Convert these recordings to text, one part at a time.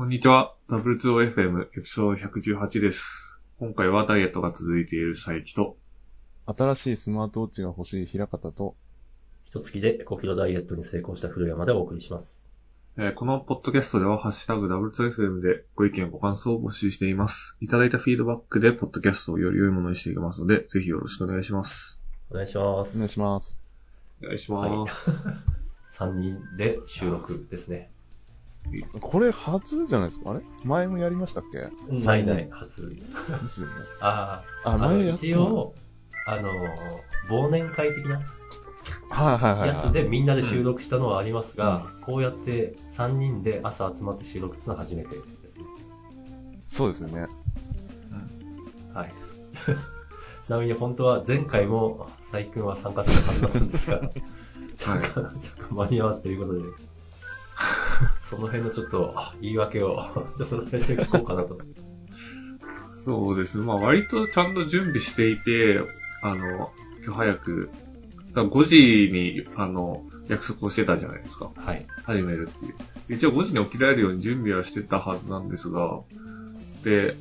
こんにちは。W2OFM エピソード118です。今回はダイエットが続いている佐伯と、 新しいスマートウォッチが欲しい平方と、 一月で5キロダイエットに成功した古山でお送りします。 このポッドキャストではハッシュタグ W2OFM でご意見ご感想を募集しています。いただいたフィードバックでポッドキャストをより良いものにしていきますので、ぜひよろしくお願いします。 お願いします。 お願いします。 お願いします。 3人で収録ですね。 これ初じゃないですか？あれ前もやりましたっけ？ ない、初。 ですよね。 前やった。一応、忘年会的なやつでみんなで収録したのはありますが、こうやって3人で朝集まって収録するのは初めてですね。 そうですよね。 はい。ちなみに本当は前回も佐伯くんは参加するはずだったんですが、若干間に合わずということで、その辺のちょっと言い訳をちょっと聞こうかなと。 そうです。まあ割とちゃんと準備していて、今日早く、5時に約束をしてたじゃないですか。 はい。 始めるっていう。一応5時に起きられるように準備はしてたはずなんですが、で、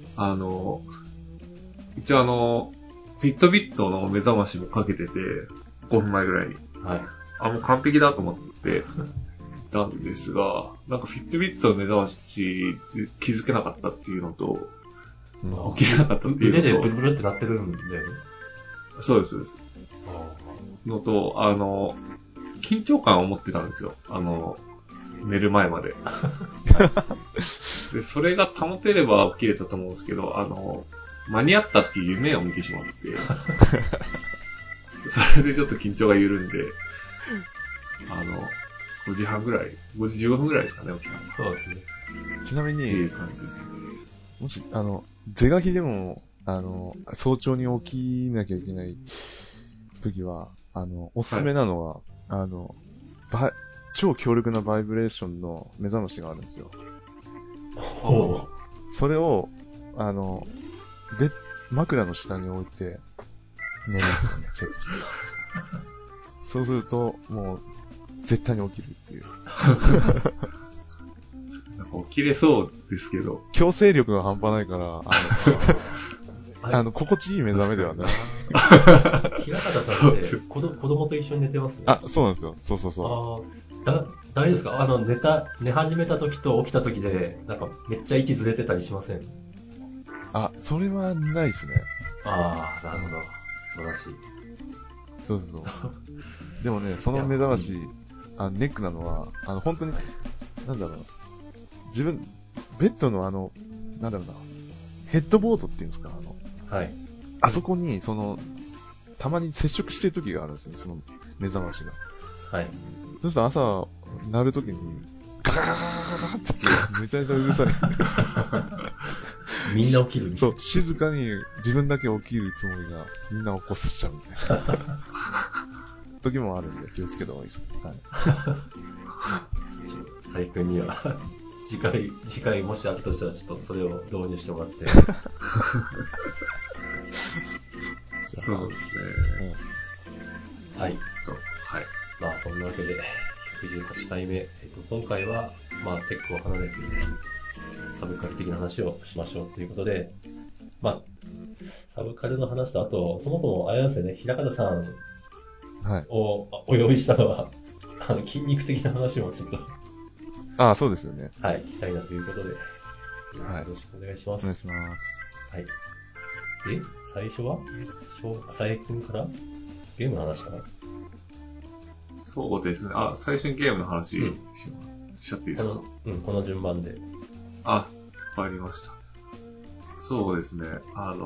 一応フィットビットの目覚ましもかけてて、5分前ぐらいに。 はい。 もう完璧だと思ってたんですが、なんかフィットビットの目覚ましで気づけなかったっていうのと、起きれなかったっていうのと。 腕でブルブルってなってるんだよね。 そうです、そうです。のと、緊張感を持ってたんですよ。寝る前まで。で、それが保てれば起きれたと思うんですけど、間に合ったっていう夢を見てしまって、それでちょっと緊張が緩んで、5時半ぐらい、5時15分ぐらいですかね、起きたの。 そうですね。 ちなみに、 っていう感じですね。 もし、是が非でも、早朝に起きなきゃいけない時は、おすすめなのは、超強力なバイブレーションの目覚ましがあるんですよ。それを、枕の下に置いて、寝るんですよね、セットして。そうすると、もう、絶対に起きるっていう。 なんか起きれそうですけど。 強制力が半端ないから、心地いい目覚めではない。 平方さんって子供と一緒に寝てますね。 そうなんですよ。そう。 大丈夫ですか？寝始めた時と起きた時で、なんかめっちゃ位置ずれてたりしません？ それはないですね。 なるほど。素晴らしい。 そう。でもね、その目覚まし、ネックなのは、本当に、なんだろうな。自分、ベッドのなんだろうな。ヘッドボードっていうんですか、 はい。 あそこに、たまに接触してる時があるんですね、その目覚ましが。 はい。 そうすると朝、鳴る時に、ガガガガガガってめちゃめちゃうるさい。 みんな起きるみたいな。 そう、静かに自分だけ起きるつもりが、みんな起こしちゃうみたいな。時もあるんで、気をつけた方がいいです。はい。 佐伯くんには、次回もしあったとしたら、ちょっとそれを導入してもらって。 そうですね。 はい。 はい。 まあそんなわけで、118回目。今回は、まあテックを離れて、サブカル的な話をしましょうということで、まあ、サブカルの話と、あと、そもそもあれなんですよね、平方さんをお呼びしたのは、筋肉的な話もちょっと。 そうですよね。 はい、聞きたいなということで、 はい。 よろしくお願いします。 お願いします。 はい。で、最初は佐伯くんからゲームの話かな？ そうですね。最初にゲームの話しちゃっていいですか？ この順番で。 わかりました。そうですね。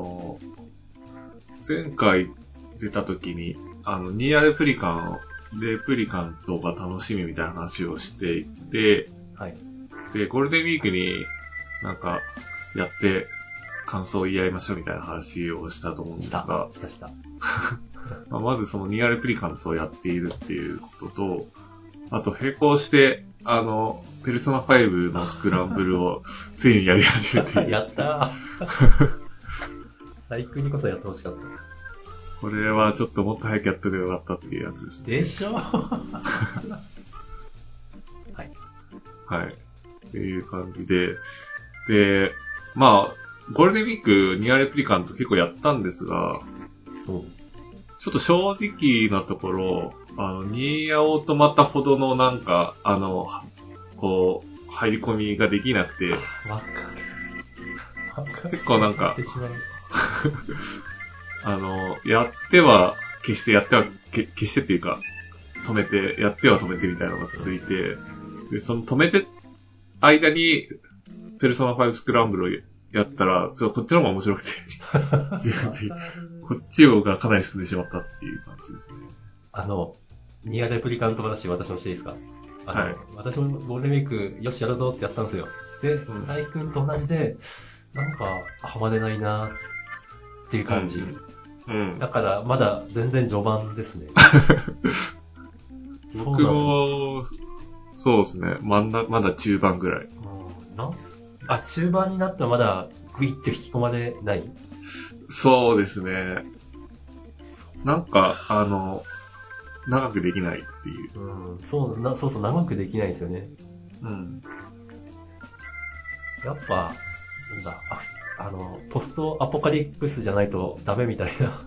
前回出た時に、ニアレプリカントが楽しみみたいな話をしていて、 はい。 で、ゴールデンウィークになんかやって感想を言い合いましょうみたいな話をしたと思うんですが、 した。 まずそのニアレプリカントをやっているっていうことと、あと並行して、ペルソナ5のスクランブルをついにやり始めている。 やったー。最高にこそやってほしかった。 これはちょっともっと早くやってればよかったっていうやつですね。 でしょはい。 はい。 っていう感じで、で、まあ、ゴールデンウィークニアレプリカント結構やったんですが、ちょっと正直なところ、ニアオートマタほどのなんか、こう、入り込みができなくて、 わかる。 結構なんかやってしまうやっては消して、やっては消してっていうか、止めて、やっては止めてみたいなのが続いて、で、その止めて、間に、ペルソナ5スクランブルをやったら、こっちの方が面白くて、自分的にこっちがかなり進んでしまったっていう感じですね。 ニアレプリカント話私もしていいですか？ はい。 私もゴールデンウィーク、よしやるぞってやったんですよ。で、サイ君と同じで、なんか、ハマれないなっていう感じ。だから、まだ全然序盤ですね。 僕も、そうですね。まだ中盤ぐらい。 中盤になったらまだグイって引き込まれない？ そうですね。なんか、長くできないっていう。 そうそう、長くできないですよね。やっぱ、なんだ、ポストアポカリプスじゃないとダメみたいな。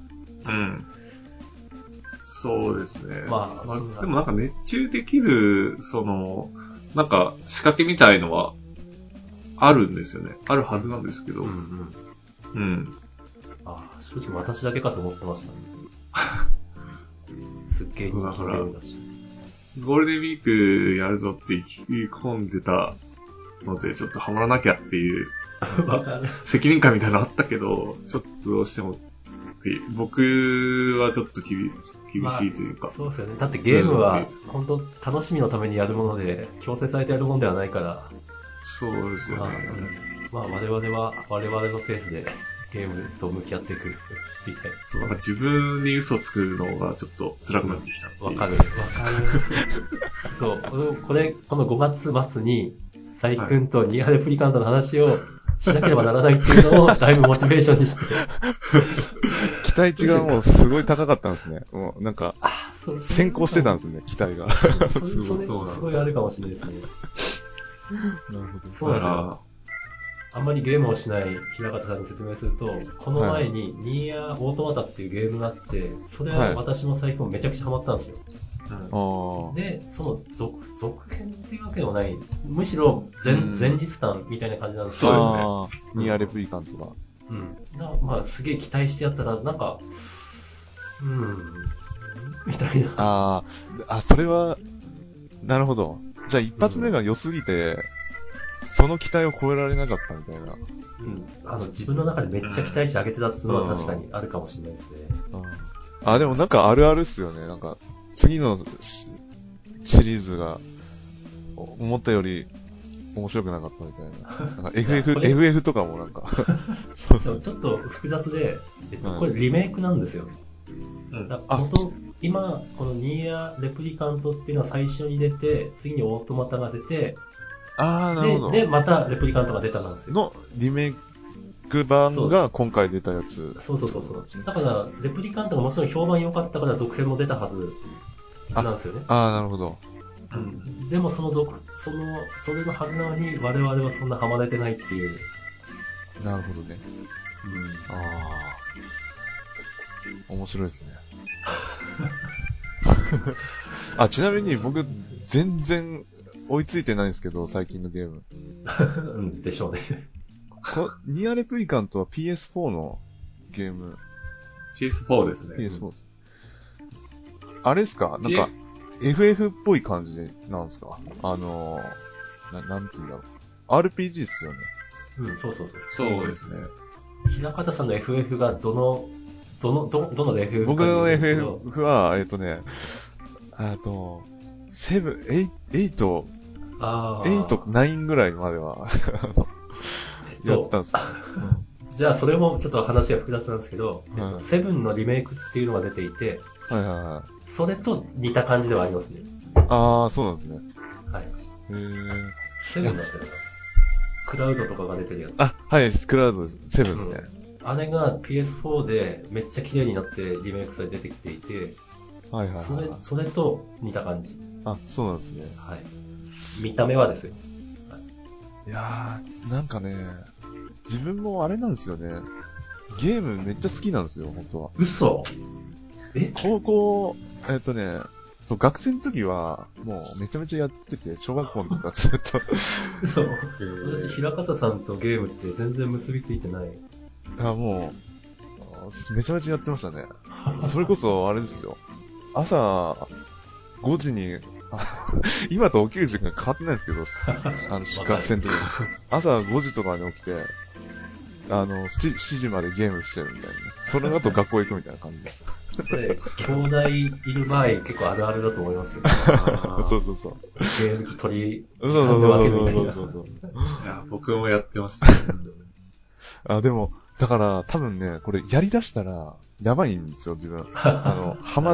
そうですね。でもなんか熱中できる、なんか仕掛けみたいのはあるんですよね。あるはずなんですけど。 正直私だけかと思ってましたね。すっげえ人気のゲームだし。 ゴールデンウィークやるぞって意気込んでたので、ちょっとハマらなきゃっていう責任感みたいなのあったけど、ちょっとどうしても僕はちょっと厳しいというか、 そうですよね。だってゲームは本当楽しみのためにやるもので、強制されてやるものではないから。 そうですよね。 我々のペースでゲームと向き合っていくみたいな。 そう、なんか自分に嘘をつくのがちょっと辛くなってきた。 わかる。そう、この5月末に、サイ君とニアレプリカントの話をしなければならないっていうのをだいぶモチベーションにして。 期待値がもうすごい高かったんですね。もうなんか、先行してたんですね、期待が。 すごいあるかもしれないですね。 なるほど。 そうなんですよ。あんまりゲームをしない平方さんに説明すると、この前にニーアオートマタっていうゲームがあって、それは私も最近めちゃくちゃハマったんですよ。で、その続編っていうわけでもない、むしろ前日談みたいな感じなんですけど、 そうですね。ニアレプリカントが。 すげえ期待してやったら、なんか、みたいな。 それは、なるほど。じゃあ一発目が良すぎて、その期待を超えられなかったみたいな。 自分の中でめっちゃ期待値上げてたっていうのは確かにあるかもしれないですね。 でもなんかあるあるっすよね。なんか、次のシリーズが、思ったより面白くなかったみたいな。なんか FF とかもなんかそうちょっと複雑で、これリメイクなんですよ。今、このニーアレプリカントっていうのは最初に出て、次にオートマタが出て、 なるほど。 で、またレプリカントが出たんですよ。 のリメイク版が今回出たやつ。 そう。だから、レプリカントがもちろん評判良かったから続編も出たはずなんですよね。 なるほど。 でもそれのはずなのに、我々はそんなハマれてないっていう。 なるほどね。面白いですね。ちなみに僕、全然追いついてないんですけど、最近のゲーム。 でしょうね。 ニアレプリカントは PS4 のゲーム。 PS4 ですね。 PS4。あれですかなんか、FF っぽい感じなんですかなんて言うんだろう。RPG っすよね。 そうですね。 平方さんの FF がどの FF 僕の FF は、7、8、9ぐらいまではやってたんです。 じゃあそれもちょっと話が複雑なんですけど、7のリメイクっていうのが出ていて、それと似た感じではありますね。 そうなんですね。 はい。7だったよな。クラウドとかが出てるやつ。 はい、クラウドです。7ですね。 あれが PS4 でめっちゃ綺麗になってリメイクされて出てきていて、それと似た感じ。 そうなんですね。 はい。見た目はですよ。 やー、なんかね、自分もあれなんですよね。ゲームめっちゃ好きなんですよ、本当は。 嘘高校、学生の時は、もうめちゃめちゃやってて、小学校の時からずっと。 嘘私、平方さんとゲームって全然結びついてない。 もう、めちゃめちゃやってましたね。それこそ、あれですよ。朝、5時に、今と起きる時間変わってないんですけど、学生の時に。朝5時とかに起きて、7時までゲームしてるみたいな。その後学校行くみたいな感じです。 それ、兄弟いる場合結構あるあるだと思いますよ。 そうそうそう。 ゲーム機取り、 そう時間で分けるみたいな。 そう。 いや、僕もやってましたね。 でも、だから多分ね、これやり出したら、やばいんですよ、自分。ハマって、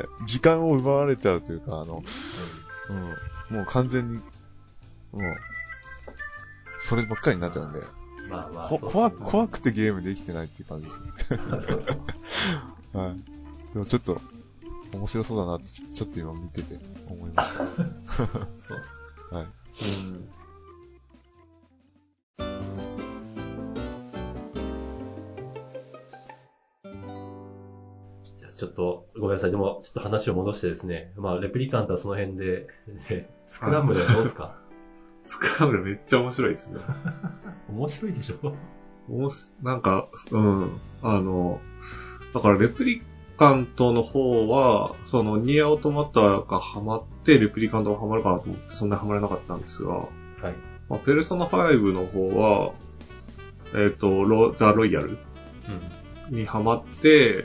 時間を奪われちゃうというか、もう完全に、もう、そればっかりになっちゃうんで。 まあまあ、 怖くてゲームできてないっていう感じですね。はい。でもちょっと、面白そうだなって、ちょっと今見てて思いました。 そうっす。 はい。 じゃあちょっと、ごめんなさい。でも、ちょっと話を戻してですね。まあ、レプリカントはその辺で、スクランブルはどうですか？ スクランブルめっちゃ面白いですね。 面白いでしょ？ なんか、だからレプリカントの方は、そのニアオートマタがハマって、レプリカントがハマるかなと思って、そんなにハマらなかったんですが、 はい。 まあ、ペルソナ5の方は、ザ・ロイヤルにハマって、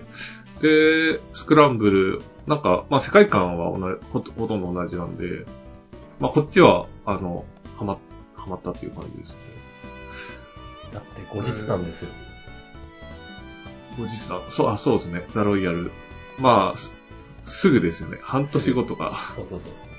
で、スクランブル、なんか、まあ、世界観はほとんど同じなんで、まあ、こっちは、ハマったっていう感じですね。 だって後日談ですよ。 後日談。そうですね。ザ・ロイヤル。まあ、すぐですよね。半年後とか。 そう。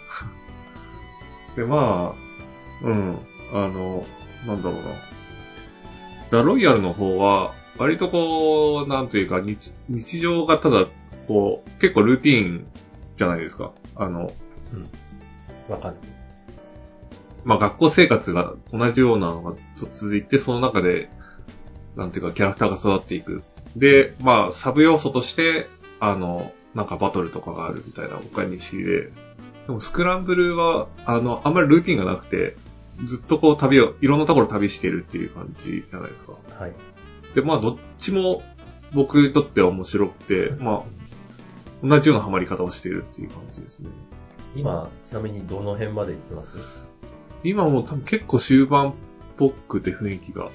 で、まあ、なんだろうな。ザ・ロイヤルの方は、割とこう、なんというか、日常がただ、こう、結構ルーティーンじゃないですか。 わかる。 まあ学校生活が同じようなのが続いて、その中で、なんていうか、キャラクターが育っていく。で、まあ、サブ要素として、なんかバトルとかがあるみたいな、僕は認識で。でも、スクランブルは、あんまりルーティンがなくて、ずっとこういろんなところ旅してるっていう感じじゃないですか。 はい。 で、まあ、どっちも僕にとっては面白くて、まあ、同じようなハマり方をしているっていう感じですね。 今、ちなみにどの辺まで行ってます？ 今も多分結構終盤っぽくて雰囲気が、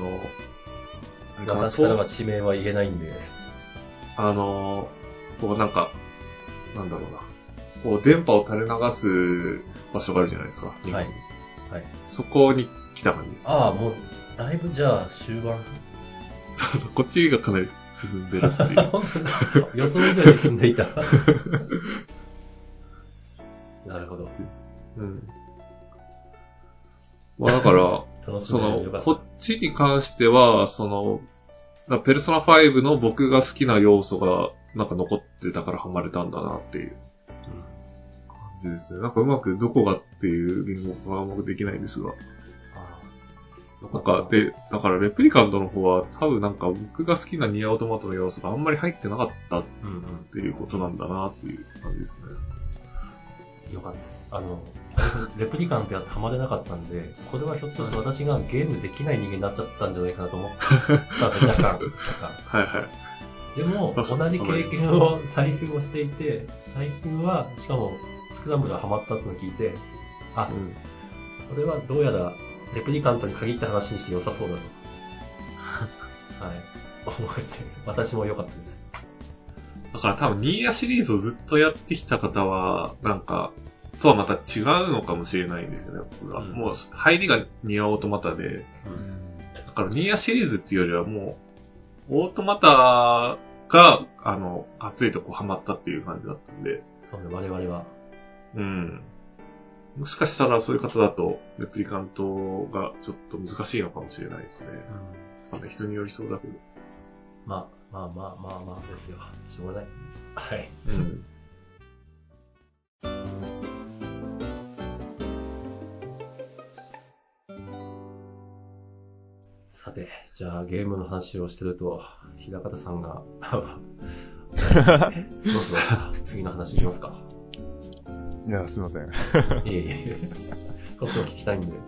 私からは地名は言えないんで。 こうなんか、なんだろうな。こう電波を垂れ流す場所があるじゃないですか。日本に。 はい。 そこに来た感じです。 ああ、もう、だいぶじゃあ終盤。 そう、こっちがかなり進んでるっていう。 予想以上に進んでいた。なるほど。 うん。まあだから、 ここっちに関しては、ペルソナ5の僕が好きな要素がなんか残ってたからハマれたんだなっていう感じですね。なんかうまくどこがっていう言語化はうまくできないんですが。なんか、だからレプリカントの方は多分なんか僕が好きなニアオートマトの要素があんまり入ってなかったっていうことなんだなっていう感じですね。 よかったです。レプリカントやってハマれなかったんで、これはひょっとして私がゲームできない人間になっちゃったんじゃないかなと思ったんで、若干。 はいはい。 でも、同じ経験を最近もしていて、最近は、しかも、スクランブルがハマったっていうのを聞いて、これはどうやら、レプリカントに限った話にして良さそうだと。はい。思えて、私も良かったです。 だから多分ニーヤシリーズをずっとやってきた方は、なんか、とはまた違うのかもしれないんですよね、僕は。もう、入りがニアオートマタで、だからニーヤシリーズっていうよりはもう、オートマタが、熱いとこハマったっていう感じだったんで。 そうね、我々は。 もしかしたらそういう方だと、レプリカントがちょっと難しいのかもしれないですね。人によりそうだけど。 まあですよ。しょうがない。はい。 さて、じゃあゲームの話をしてると、平方さんが、そろそろ次の話いきますか。 いや、すいません。 いえいえ。こっちを聞きたいんで。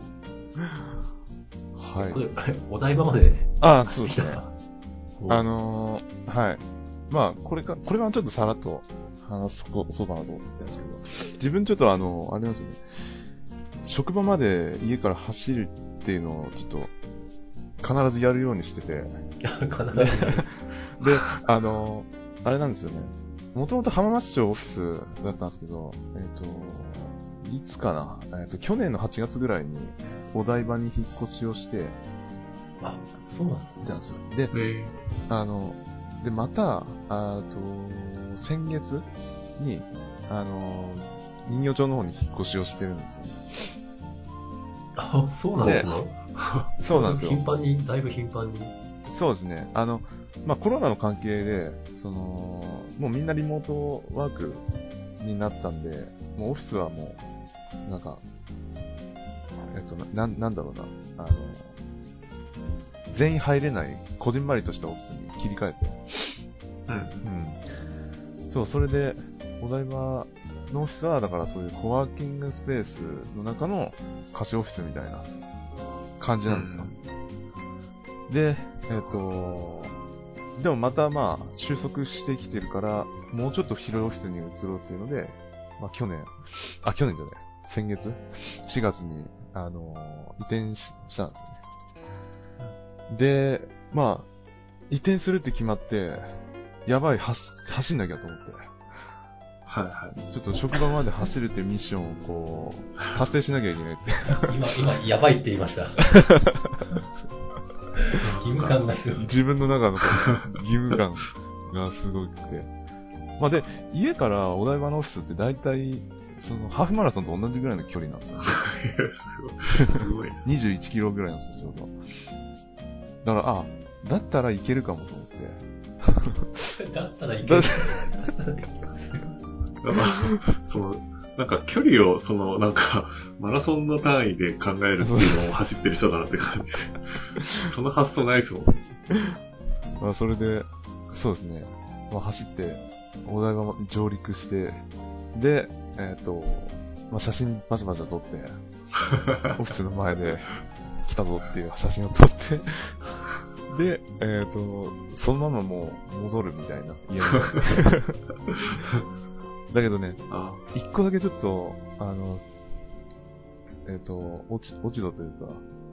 はい。 これ、お台場までそうですね。 おはい。まあ、これはちょっとさらっと話そうかなと思ってるんですけど、自分ちょっとあれなんですよね。職場まで家から走るっていうのをちょっと必ずやるようにしてて。 必ずやる。 で、あれなんですよね。もともと浜松町オフィスだったんですけど、いつかな、去年の8月ぐらいにお台場に引っ越しをして、 あ、そうなんですね。 たんですよ。で、で、また、先月に、人形町の方に引っ越しをしてるんですよね。 あ、そうなんですね。 そうなんですよ。 だいぶ頻繁に。 そうですね。まあ、コロナの関係で、もうみんなリモートワークになったんで、もうオフィスはもう、なんか、なんだろうな、全員入れない、こじんまりとしたオフィスに切り替えて、そう、それで、お台場のオフィスは、だからそういうコワーキングスペースの中の貸しオフィスみたいな感じなんですよ。で、でもまたまあ、収束してきてるから、もうちょっと広いオフィスに移ろうっていうので、まあ去年じゃない、先月 ?4 月に、移転したんですよね。で、まあ、移転するって決まって、やばい、走んなきゃと思って。 はいはい。 ちょっと職場まで走るっていうミッションをこう、達成しなきゃいけないって。 今、やばいって言いました。義務感がすごい。 自分の中の義務感がすごくて。まあで、家からお台場のオフィスって大体、ハーフマラソンと同じぐらいの距離なんですよね。 すごい。 21キロぐらいなんですよ、ちょうど。だから、だったらいけるかもと思って。 だったらいける。 なんか距離を、なんか、マラソンの単位で考えるっていうのを走ってる人だなって感じですよ。その発想ないですもん。 まあ、それで、そうですね。まあ、走って、お台場上陸して、で、まあ、写真バシャバシャ撮って、オフィスの前で来たぞっていう写真を撮って、で、そのままもう戻るみたいな、家に。だけどね、一個だけちょっと、落ち度というか、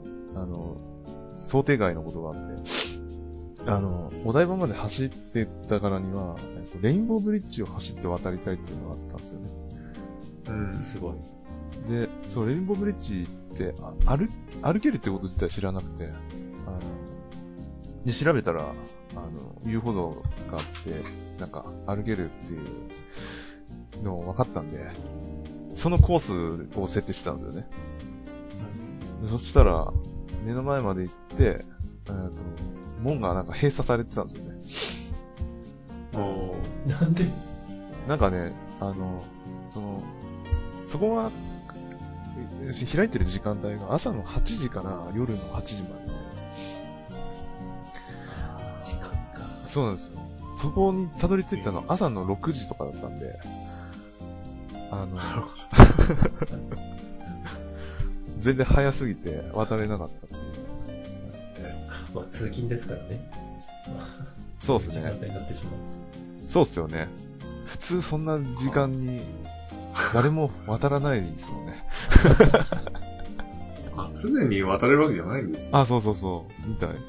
想定外のことがあって、お台場まで走ってったからには、レインボーブリッジを走って渡りたいっていうのがあったんですよね。 すごい。 で、そう、レインボーブリッジって、歩けるってこと自体知らなくて、で、調べたら、遊歩道があって、なんか、歩けるっていうの分かったんで、そのコースを設定してたんですよね。そしたら、目の前まで行って、門がなんか閉鎖されてたんですよね。 なんで？ なんかね、そこが、開いてる時間帯が朝の8時から夜の8時までみたいな。 時間か。 そうなんですよ。そこにたどり着いたのは朝の6時とかだったんで、全然早すぎて渡れなかったっていう。 まあ、通勤ですからね。 そうですね。 時間帯になってしまう。 そうっすよね。普通そんな時間に誰も渡らないですもんね。 常に渡れるわけじゃないんですよ。 そうそうそう。みたい。はい。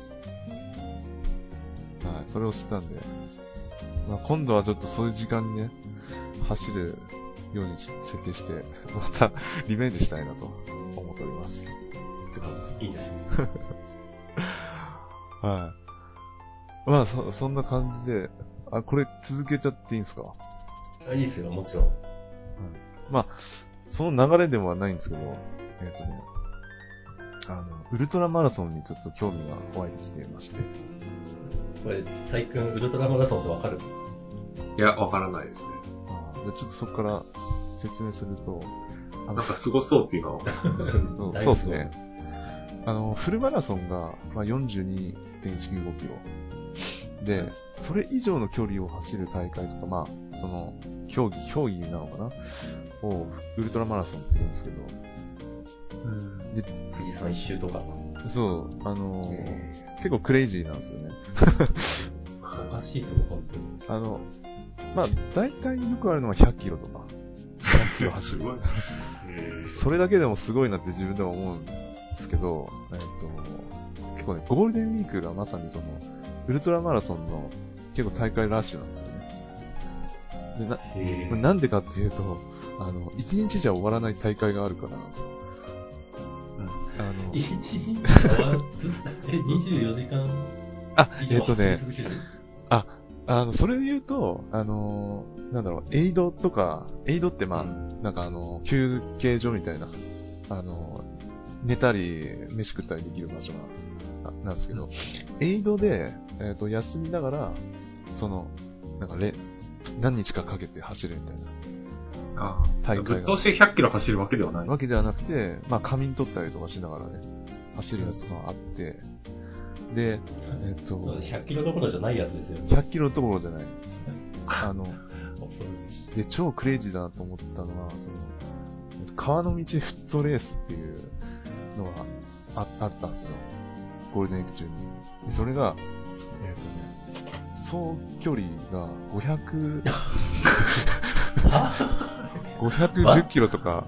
それを知ったんで。まあ、今度はちょっとそういう時間にね、走るように設定して、またリベンジしたいなと思っております。って感じですね。 いいですね。 はい。まあ、そんな感じで、これ続けちゃっていいんですか？ いいですよ、もちろん。 まあ、その流れではないんですけど、ウルトラマラソンにちょっと興味が湧いてきていまして。 これ、最近ウルトラマラソンってわかる？ いや、わからないですね。 じゃあちょっとそこから説明すると、 なんかすごそうっていうのは。 そうですね。 フルマラソンが、まあ、42.195キロ。で、それ以上の距離を走る大会とか、まあ、その、競技なのかなを、ウルトラマラソンって言うんですけど、 で、富士山一周とか。 そう、結構クレイジーなんですよね。 おかしいと思う、本当に。 まあ、大体よくあるのは100キロとか、100キロ走る。それだけでもすごいなって自分でも思うんですけど、結構ね、ゴールデンウィークがまさにその、ウルトラマラソンの結構大会ラッシュなんですよね。で、なんでかっていうと、1日じゃ終わらない大会があるからなんですよ。 1日じゃ終わらず、24時間以上走り続ける。 それで言うと、なんだろう、エイドってまあ、なんか休憩所みたいな、寝たり、飯食ったりできる場所なんですけど、エイドで、休みながら、その、なんか何日かかけて走るみたいな。 大会が。ぶっ通して100キロ走るわけではない。 わけではなくて、まあ仮眠取ったりとかしながらね、走るやつとかがあって、で、 100キロどころじゃないやつですよね。 100キロどころじゃないんですよね。で、超クレイジーだなと思ったのは、その、川の道フットレースっていうのがあったんですよ。ゴールデンウィーク中に。でそれが、総距離が510キロとか。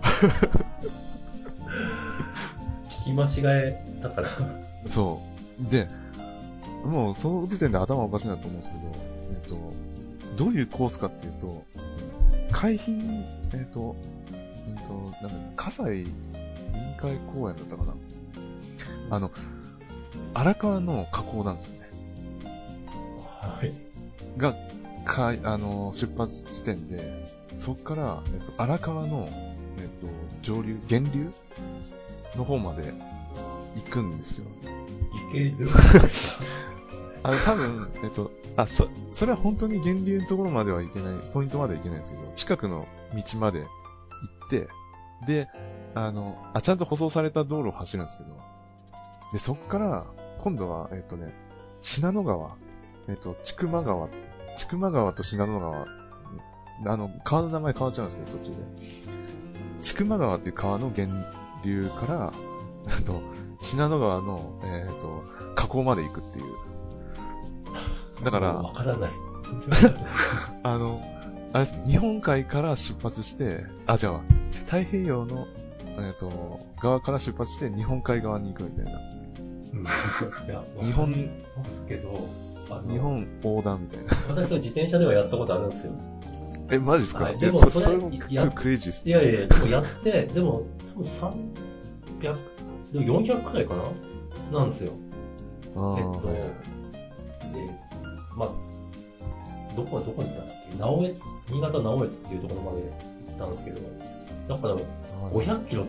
聞き間違えたから。 そう。で、もうその時点で頭おかしいなと思うんですけど、どういうコースかっていうと、海浜、なんだ葛西臨海公園だったかな。荒川の河口なんですよね。 はい。 が、出発地点で、そこから、荒川の、源流の方まで行くんですよ。 行けるんですか？ 多分、それは本当に源流のところまでは行けない、ポイントまでは行けないんですけど、近くの道まで行って、で、ちゃんと舗装された道路を走るんですけど、で、そっから、今度は、信濃川、千曲川と信濃川、川の名前変わっちゃうんですね、途中で。千曲川っていう川の源流から、信濃川の、河口まで行くっていう。だから、 わからない。 あれ、日本海から出発して、太平洋の、側から出発して日本海側に行くみたいな。 いや、日本ますけど、 日本横断みたいな。 私は自転車ではやったことあるんですよ。 マジですか？ でもそれもちょっとクレイジーっす。 いや、でもやって、でも多分300、でも400くらいかななんですよ。まあ、どこに行ったんだっけ？新潟直江津っていうところまで行ったんですけど、だから500キロって、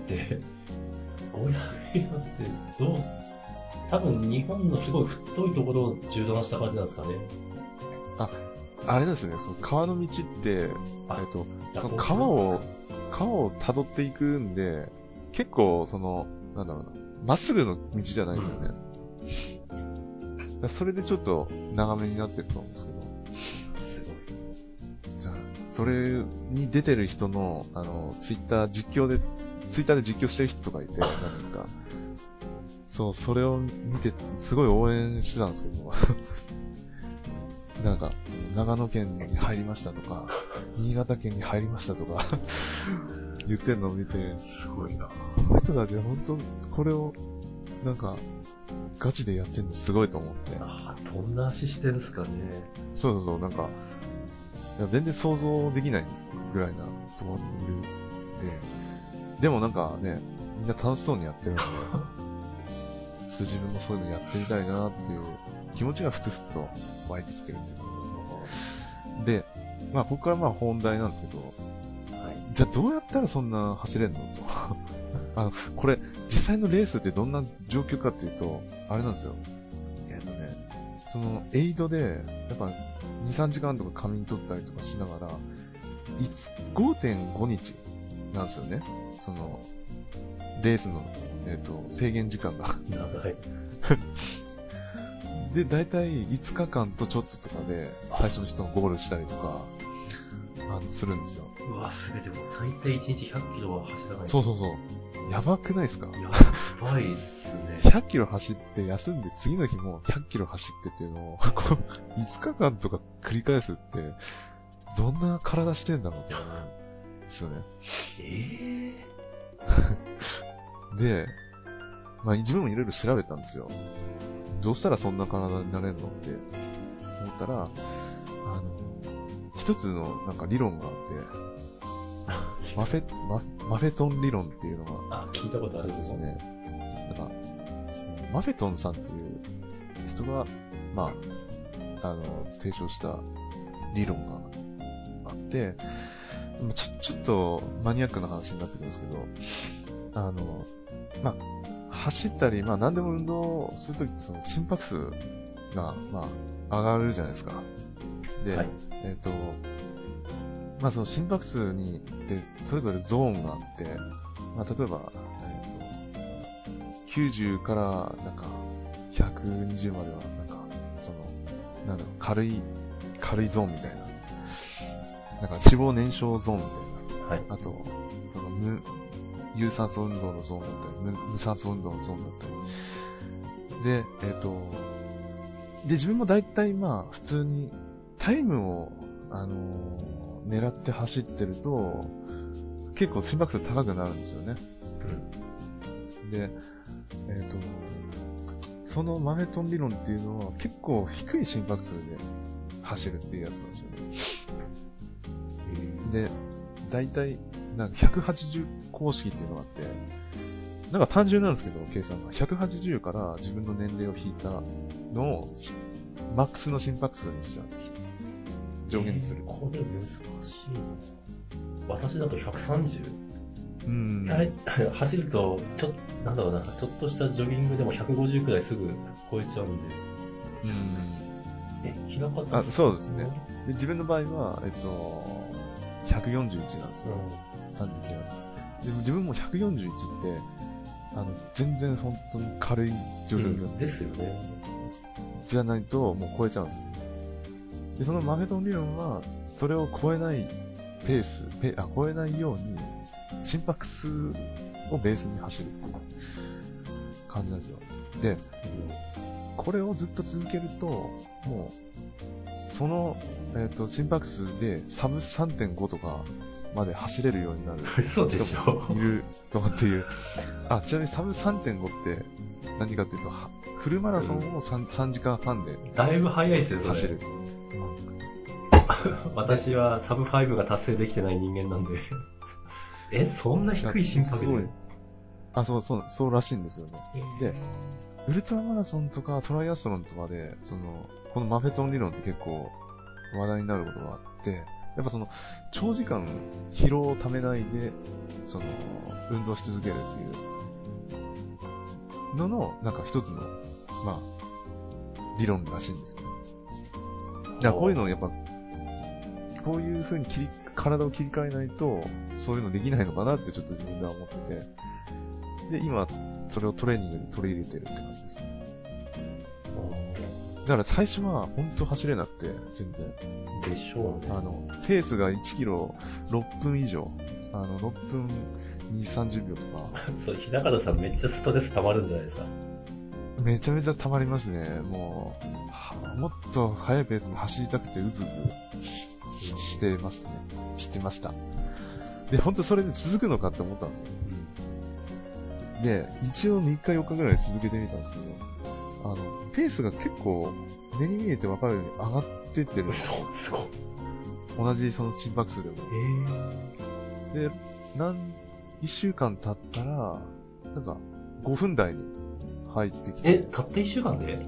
多分日本のすごい太いところを縦断した感じなんですかね。 あれですね、その川の道って、その川を辿っていくんで、結構、なんだろうな、まっすぐの道じゃないんですよね。それでちょっと長めになってると思うんですけど。 すごい。 じゃあ、それに出てる人の、ツイッターで実況してる人とかいて、なんか、そう、それを見て、すごい応援してたんですけど、なんか、長野県に入りましたとか、新潟県に入りましたとか、言ってんのを見て、 すごいな。 この人たち本当これを、なんか、ガチでやってんのすごいと思って。 どんな足してんすかね。 そう、なんか、いや全然想像できないぐらいなところにいるんで、でもなんかね、みんな楽しそうにやってるんで、ちょっと自分もそういうのやってみたいなっていう気持ちがふつふつと湧いてきてるっていうことですね。で、まあここからまあ本題なんですけど、はい、じゃあどうやったらそんな走れんのと。これ、実際のレースってどんな状況かっていうと、あれなんですよ。その、エイドで、やっぱ、2、3時間とか仮眠取ったりとかしながら、5.5 日なんですよね。その、レースの制限時間が。 長い。 で、だいたい5日間とちょっととかで、最初の人がゴールしたりとか、するんですよ。 うわ、すべても最低1日100キロは走らない。 そう。やばくないですか？ やばいっすね。 100キロ走って休んで次の日も100キロ走ってっていうのを5日間とか繰り返すってどんな体してんだろうと思うんですよね。で、まあ自分もいろいろ調べたんですよ。どうしたらそんな体になれるのって思ったら、一つのなんか理論があって、マフェトン理論っていうのが、 聞いたことあるんですね。 なんか、マフェトンさんっていう人が、まあ、提唱した理論があって、ちょっとマニアックな話になってくるんですけど、まあ、走ったり、まあ何でも運動するときってその心拍数が、まあ、上がるじゃないですか。で、はい、まあその心拍数に、で、それぞれゾーンがあって、まあ例えば、90からなんか120まではなんか、その、なんだろう、軽いゾーンみたいな。なんか脂肪燃焼ゾーンみたいな。はい。あと、その有酸素運動のゾーンだったり、無酸素運動のゾーンだったり。で、で、自分も大体まあ、普通にタイムを、狙って走ってると、結構心拍数高くなるんですよね。うん。で、そのマフェトン理論っていうのは結構低い心拍数で走るっていうやつなんですよね。で、大体、なんか180公式っていうのがあって、なんか単純なんですけど、計算が。180から自分の年齢を引いたのを、マックスの心拍数にしちゃうんです。上限にする。 これ難しいな。私だと 130？ 走ると、なんだろうな、ちょっとしたジョギングでも150くらいすぐ超えちゃうんで。平方そうですね。で、自分の場合は、141なんですよ。39でも自分も141って、全然本当に軽いジョギング、 ですよね。 じゃないともう超えちゃうんですよ。で、そのマフェトン理論は、それを超えない超えないように、心拍数をベースに走るっていう感じなんですよ。で、これをずっと続けると、もう、その、心拍数でサブ 3.5 とかまで走れるようになる人もいるとかっていう。ちなみにサブ 3.5 って何かっていうと、フルマラソンを 3時間半でだいぶ早いですよ、 走る。 私はサブ5が達成できてない人間なんで。そんな低い心拍で。 そうらしいんですよね。で、ウルトラマラソンとかトライアスロンとかで、このマフェトン理論って結構話題になることがあって、やっぱ長時間疲労をためないで、運動し続けるっていうのの、なんか一つの、まあ、理論らしいんですよね。だからこういうのをやっぱ、こういう風に体を切り替えないと、そういうのできないのかなってちょっと自分では思ってて、で、今、それをトレーニングに取り入れてるって感じですね。だから最初は本当走れなくて、全然。 でしょうね。 ペースが1キロ6分以上。6分2、30秒とか。 そう、平方さんめっちゃストレス溜まるんじゃないですか。 めちゃめちゃ溜まりますね。もっと速いペースで走りたくてうずうずしてますね。してました。で、本当それで続くのかって思ったんですよ。で、一応3日4日ぐらい続けてみたんですけど、ペースが結構目に見えて分かるように上がってってるんですよ。 すごい。 同じその心拍数でも。で、1週間経ったら、なんか5分台に入ってきて。 たった1週間で？ うん。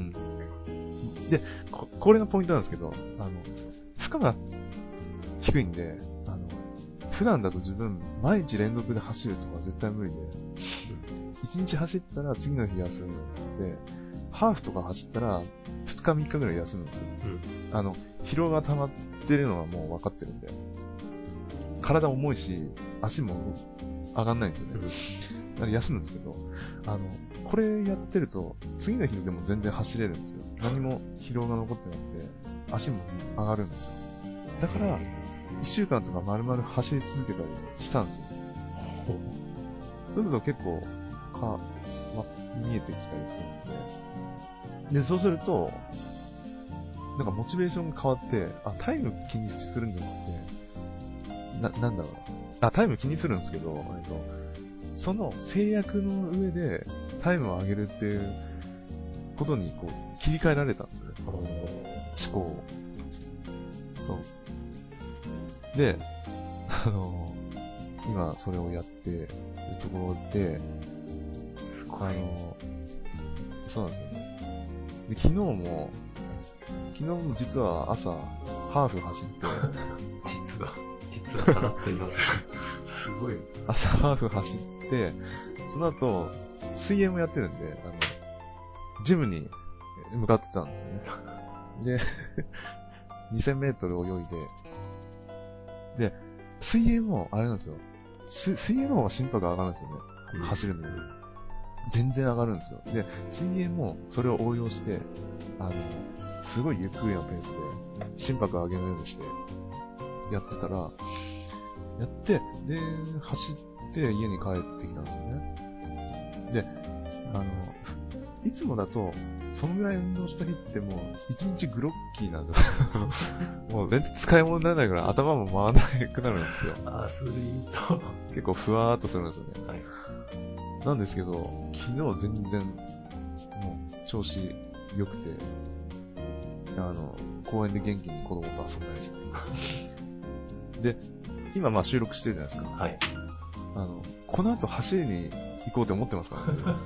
で、これがポイントなんですけど、負荷が低いんで、普段だと自分、毎日連続で走るとか絶対無理で、1日走ったら次の日休むで、ハーフとか走ったら2日3日ぐらい休むんですよ。疲労が溜まってるのはもう分かってるんで、体重いし、足も上がんないんですよね。 休むんですけど、これやってると、次の日でも全然走れるんですよ。何も疲労が残ってなくて、足も上がるんですよ。だから、1週間とか丸々走り続けたりしたんですよ。そうすると結構、見えてきたりするんで。で、そうすると、なんかモチベーションが変わって、タイム気にするんじゃなくて、なんだろう。タイム気にするんですけど、その制約の上でタイムを上げるっていうことにこう切り替えられたんですよね。思考を。そう。で、今それをやってるところで、 すごい。 そうなんですよね。で、昨日も実は朝、ハーフ走って、 実はさらっと言います。すごい。 朝ハーフ走って、その後、水泳もやってるんで、ジムに向かってたんですよね。で、2000メートル泳いで、で、水泳も、あれなんですよ。水泳の方が心拍が上がるんですよね。走るのより。全然上がるんですよ。で、水泳もそれを応用して、すごいゆっくりなペースで、心拍を上げるようにして、やってたら、で、走って家に帰ってきたんですよね。で、いつもだと、そのぐらい運動した日ってもう、一日グロッキーなんですよ。もう全然使い物にならないぐらい頭も回らなくなるんですよ。 アスリート。 結構ふわーっとするんですよね。 はい。 なんですけど、昨日全然、もう、調子良くて、公園で元気に子供と遊んだりしてて。で、今収録してるじゃないですか。 はい。 この後走りに行こうと思ってますからね。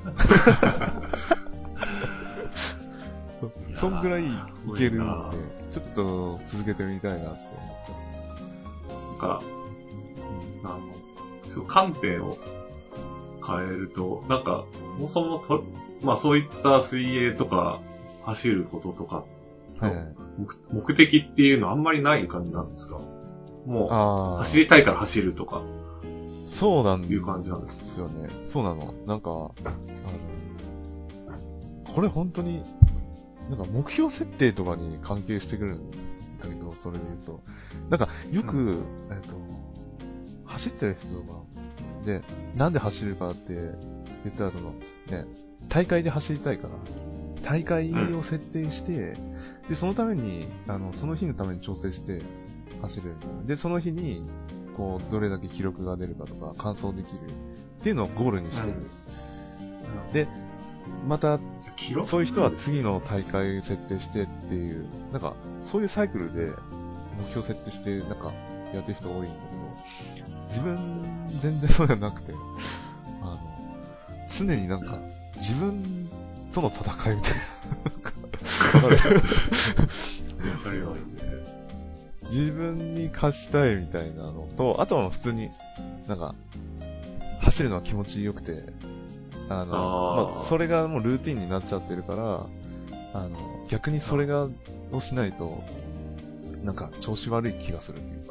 そんぐらいいけるんで、ちょっと続けてみたいなって思ってます。 なんか、ちょっと観点を変えると、なんか、もそもそういった水泳とか走ることとか、 はいはい、 目的っていうのはあんまりない感じなんですか？もう、走りたいから走るとか。 そうなんいう感じなんですよね。そうなの。なんか、これ本当に、なんか目標設定とかに関係してくるんだけど、それで言うと。なんか、よく、走ってる人とか、で、なんで走るかって言ったら、大会で走りたいから、大会を設定して、で、そのために、その日のために調整して走る。で、その日に、こう、どれだけ記録が出るかとか、完走できるっていうのをゴールにしてる。で、また、そういう人は次の大会設定してっていう、なんか、そういうサイクルで目標設定して、なんか、やってる人多いんだけど、自分、全然そうじゃなくて、常になんか、自分との戦いみたいな。わかる？ 強いね。 自分に勝ちたいみたいなのと、あとは普通に、なんか、走るのは気持ちよくて、それがもうルーティンになっちゃってるから、逆にそれをしないと、なんか調子悪い気がするっていうか、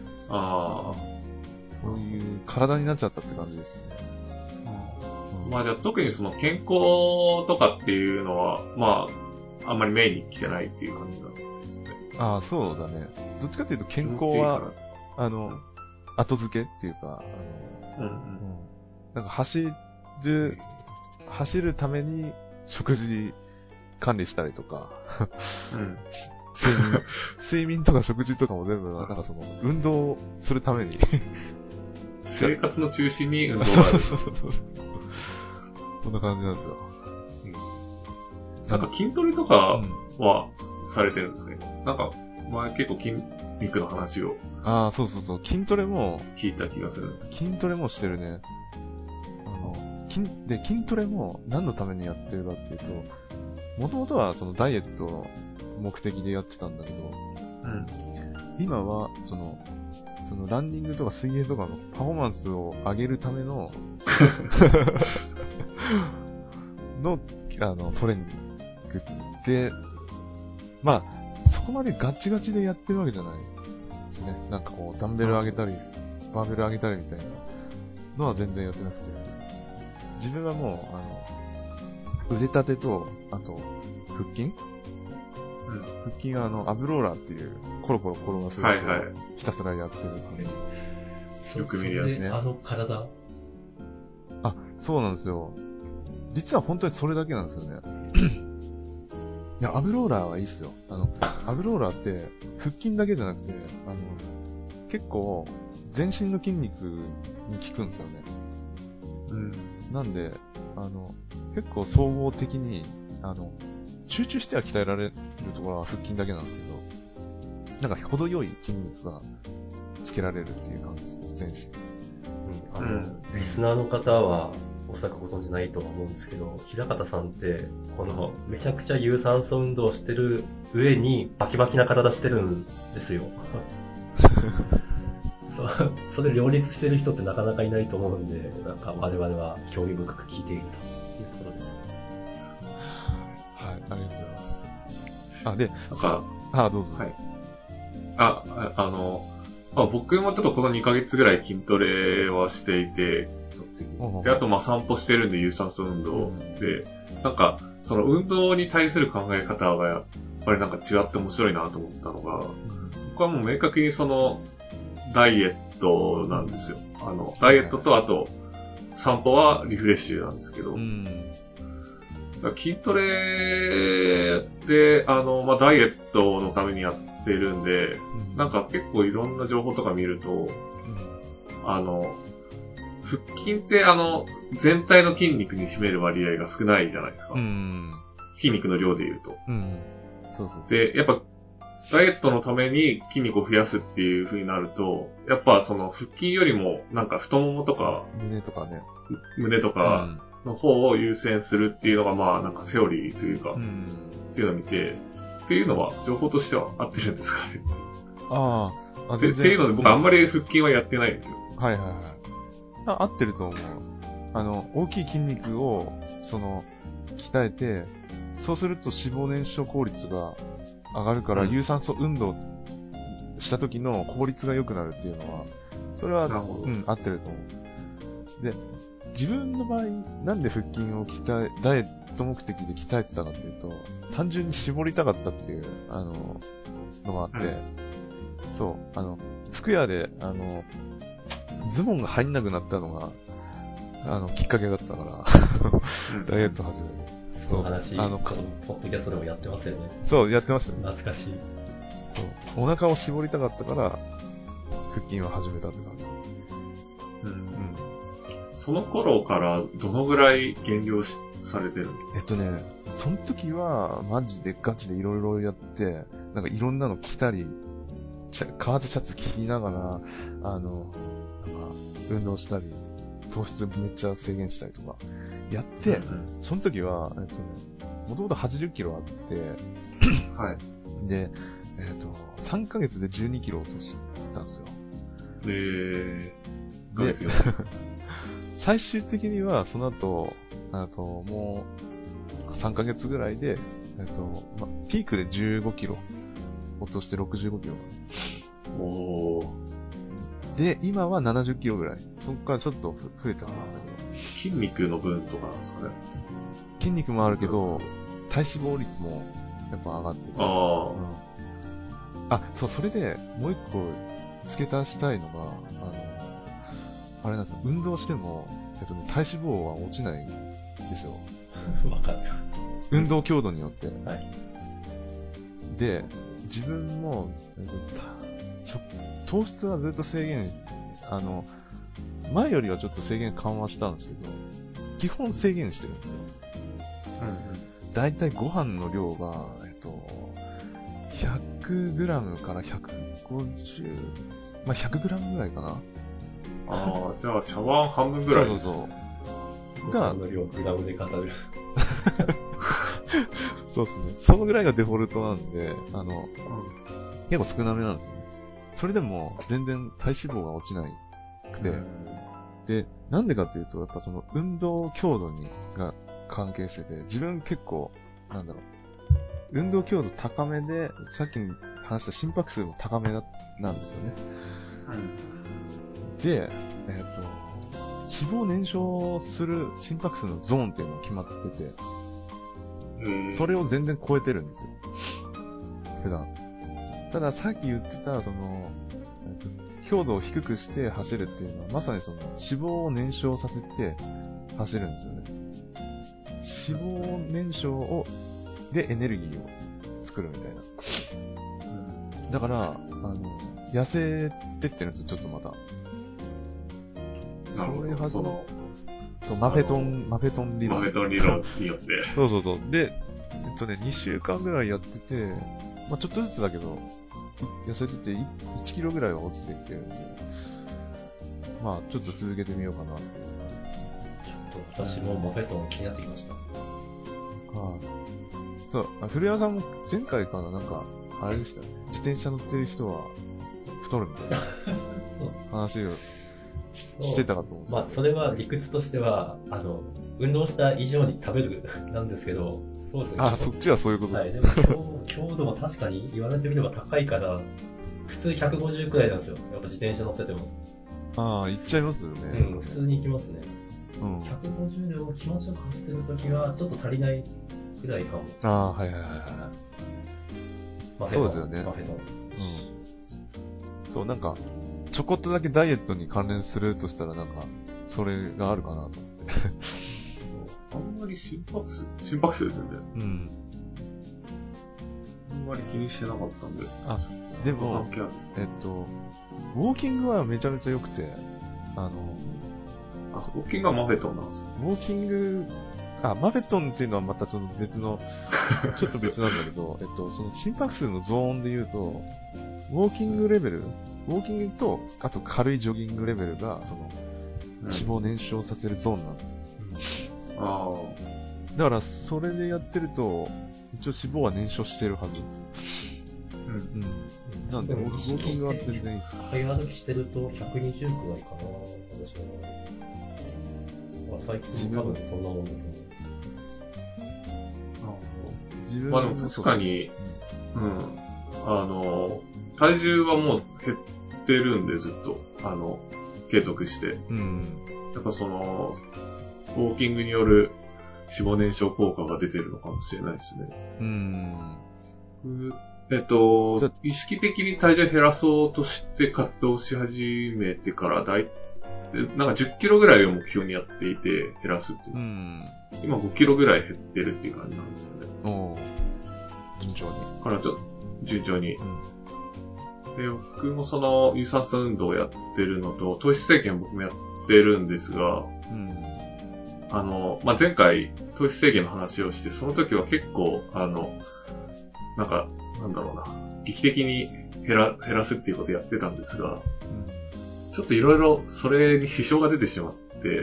そういう体になっちゃったって感じですね。 まあじゃあ特にその健康とかっていうのは、まあ、あんまり目に来てないっていう感じなんですね。 そうだね。どっちかっていうと健康は、後付けっていうか、なんか走るために食事管理したりとか、睡眠とか食事とかも全部、なんか運動するために。 生活の中心に運動がある。 そんな感じなんですよ。 なんか筋トレとかはされてるんですね。なんか、前結構筋肉の話を。 そう。筋トレも。 聞いた気がするんです。 筋トレもしてるね。筋トレも何のためにやってるかっていうと、もともとはそのダイエットの目的でやってたんだけど、今はそのランニングとか水泳とかのパフォーマンスを上げるためのトレーニングで、まあそこまでガチガチでやってるわけじゃないですね。なんかこうダンベル上げたりバーベル上げたりみたいなのは全然やってなくて、 自分はもう、腕立てと、あと、腹筋腹筋はアブローラーっていう、コロコロ転がすやつをひたすらやってるために。 よく見るやつね。 体あ、そうなんですよ。実は本当にそれだけなんですよね。いや、アブローラーはいいっすよ。アブローラーって、腹筋だけじゃなくて、結構、全身の筋肉に効くんですよね。なんで、結構総合的に、集中しては鍛えられるところは腹筋だけなんですけど、なんか程よい筋肉がつけられるっていう感じですね、全身。 リスナーの方は、おそらくご存知ないとは思うんですけど、平方さんって、この、めちゃくちゃ有酸素運動をしてる上に、バキバキな体してるんですよ。それ両立してる人ってなかなかいないと思うんで、なんか我々は興味深く聞いているというところです。 はい、ありがとうございます。で、どうぞ。 はい。僕もちょっとこの2ヶ月ぐらい筋トレはしていて、で、あと散歩してるんで有酸素運動で、なんか、その運動に対する考え方がやっぱりなんか違って面白いなと思ったのが、僕はもう明確にその、ダイエットなんですよ。ダイエットとあと、散歩はリフレッシュなんですけど、筋トレで、ダイエットのためにやってるんで、なんか結構いろんな情報とか見ると、腹筋って全体の筋肉に占める割合が少ないじゃないですか。筋肉の量で言うと。 そう。 で、やっぱ、ダイエットのために筋肉を増やすっていう風になると、やっぱその腹筋よりもなんか太ももとか、 胸とかね。 胸とかの方を優先するっていうのがなんかセオリーというか、っていうのを見て、っていうのは情報としては合ってるんですかね。っていうので僕あんまり腹筋はやってないんですよ。 はい。合ってると思う。大きい筋肉を、鍛えて、そうすると脂肪燃焼効率が上がるから、有酸素運動した時の効率が良くなるっていうのは、それは、合ってると思う。で、自分の場合、なんで腹筋をダイエット目的で鍛えてたかっていうと、単純に絞りたかったっていう、のがあって、服屋で、ズボンが入んなくなったのが、きっかけだったから、ダイエット始める。 その話、ポッドキャストでもやってますよね。 そう、やってましたね。 懐かしい。 そう。お腹を絞りたかったから、腹筋を始めたって感じ。 その頃からどのぐらい減量されてるの？ その時は、マジでガチでいろいろやって、なんかいろんなの着たり、革ジャシャツ着ながら、なんか、運動したり、糖質めっちゃ制限したりとか、やって、その時は、もともと80キロあって、 はい。 で、3ヶ月で12キロ落としたんですよ。 で、 最終的には、その後、もう、3ヶ月ぐらいで、ピークで15キロ落として65キロ。で、今は70キロぐらい。そこからちょっと増えたんだけど。 筋肉の分とかなんですかね。 筋肉もあるけど、体脂肪率もやっぱ上がってて。それでもう一個付け足したいのが、あれなんですよ。運動しても、体脂肪は落ちないんですよ。 わかる。 運動強度によって。 はい。 で、自分も、糖質はずっと制限、前よりはちょっと制限緩和したんですけど、基本制限してるんですよ。だいたいご飯の量が、100g から150、100g ぐらいかな。 じゃあ茶碗半分ぐらい。 そう。ご飯の量グラムで語る。 そうですね。そのぐらいがデフォルトなんで、結構少なめなんですよね。それでも全然体脂肪が落ちなくて、で、なんでかっていうと、やっぱその運動強度が関係してて、自分結構、運動強度高めで、さっき話した心拍数も高めなんですよね。で、 肪を燃焼する心拍数のゾーンっていうのが決まってて、それを全然超えてるんですよ。普段。たださっき言ってた、強度を低くして走るっていうのは、まさに脂肪を燃焼させて走るんですよね。脂肪燃焼でエネルギーを作るみたいな。だから、痩せてってるとちょっとまた、そういうはずの、マフェトン理論。 マフェトン理論によって。 そう。で、2週間ぐらいやってて、まあちょっとずつだけど、痩せてて1キロぐらいは落ちてきてるんで、まあちょっと続けてみようかなっていう感じですね。 ちょっと私もマフェトン気になってきました。 そう、古山さんも前回からなんか、あれでしたね。自転車乗ってる人は太るみたいな話をしてたかと思うんですけど。 まあそれは理屈としては、運動した以上に食べるなんですけど、そうですね。 そっちはそういうことはい、でも強度も確かに言われてみれば高いから、普通150くらいなんですよ。やっぱ自転車乗ってても。 行っちゃいますよね。 うん、普通に行きますね。150でも気持ちよく走ってるときは、ちょっと足りないくらいかも。 はい。そうですよね。 マフェトン。 そう、なんか、ちょこっとだけダイエットに関連するとしたら、なんか、それがあるかなと思って。 あんまり心拍数ですよね。 うん。 あんまり気にしてなかったんで。 でも、ウォーキングはめちゃめちゃ良くて、 ウォーキングはマフェトンなんですか？ ウォーキング、マフェトンっていうのはまた別の、ちょっと別なんだけど、その心拍数のゾーンで言うと、ウォーキングと、あと軽いジョギングレベルが、脂肪を燃焼させるゾーンなの。だから、それでやってると、一応脂肪は燃焼してるはず。なんで、ウォーキングは全然いいです。 早歩きしてると120くらいかな、私は。最近多分そんなもんだと思う。 まあでも確かに、体重はもう減ってるんで、ずっと、継続して。やっぱウォーキングによる脂肪燃焼効果が出てるのかもしれないですね。意識的に体重減らそうとして活動し始めてからなんか10キロぐらいを目標にやっていて減らすっていう。今5キロぐらい減ってるっていう感じなんですよね。 順調に。 からちょっと順調に。で、僕も有酸素運動をやってるのと、糖質制限僕もやってるんですが、前回糖質制限の話をして、その時は結構、劇的に減らすっていうことをやってたんですが、ちょっといろいろそれに支障が出てしまって、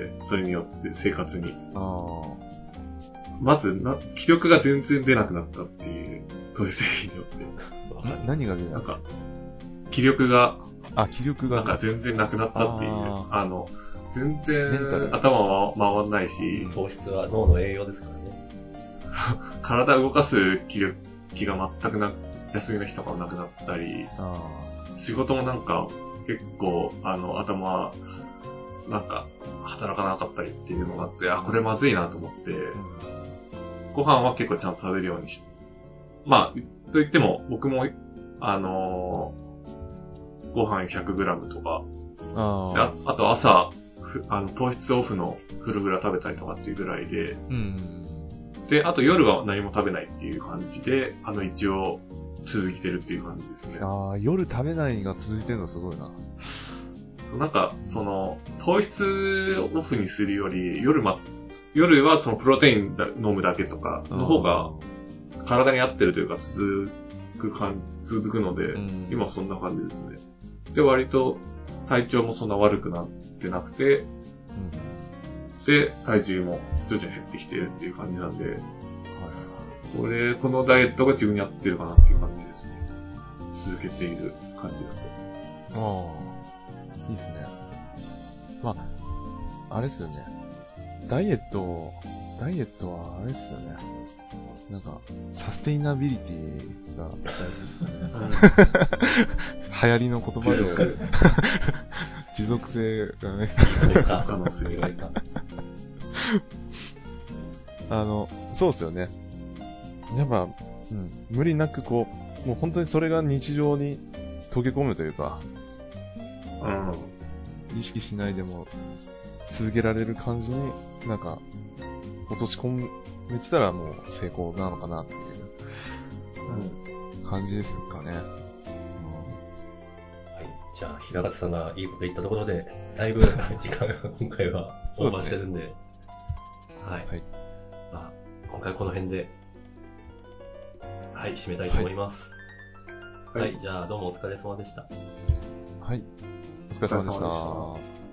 それによって生活に。まず気力が全然出なくなったっていう、糖質制限によって。 何が出なんか、気力が、なんか全然なくなったっていう、全然頭は回んないし、 糖質は脳の栄養ですからね。 体を動かす気が全く休みの日とかもなくなったり、仕事も結構、頭、働かなかったりっていうのがあって、これまずいなと思って、ご飯は結構ちゃんと食べるようにと言っても、僕も、ご飯 100g とか、あと朝、糖質オフのフルグラ食べたりとかっていうぐらいで、で、あと夜は何も食べないっていう感じで、一応続いてるっていう感じですね。 夜食べないが続いてるのすごいな。 糖質オフにするより、夜はプロテイン飲むだけとかの方が体に合ってるというか続くので、今そんな感じですね。で、割と体調もそんな悪くなってなくて、で、体重も徐々に減ってきてるっていう感じなんで、このダイエットが自分に合ってるかなっていう感じですね。続けている感じだと。 いいですね。あれですよね。ダイエットはあれですよね。サステイナビリティが大事ですよね。流行りの言葉で。 持続性がね。 言った。 可能性言った。 そうですよね。やっぱ、無理なくこう、もう本当にそれが日常に溶け込むというか、意識しないでも続けられる感じになんか落とし込めてたらもう成功なのかなっていう感じですかね。 はい。じゃあ、平方さんがいいこと言ったところで、だいぶ時間が今回はオーバーしてるんで、はい。 はい。 まあ、今回この辺で、はい、締めたいと思います。はい、じゃあどうもお疲れ様でした。 はい。お疲れ様でしお疲れ様でしたた。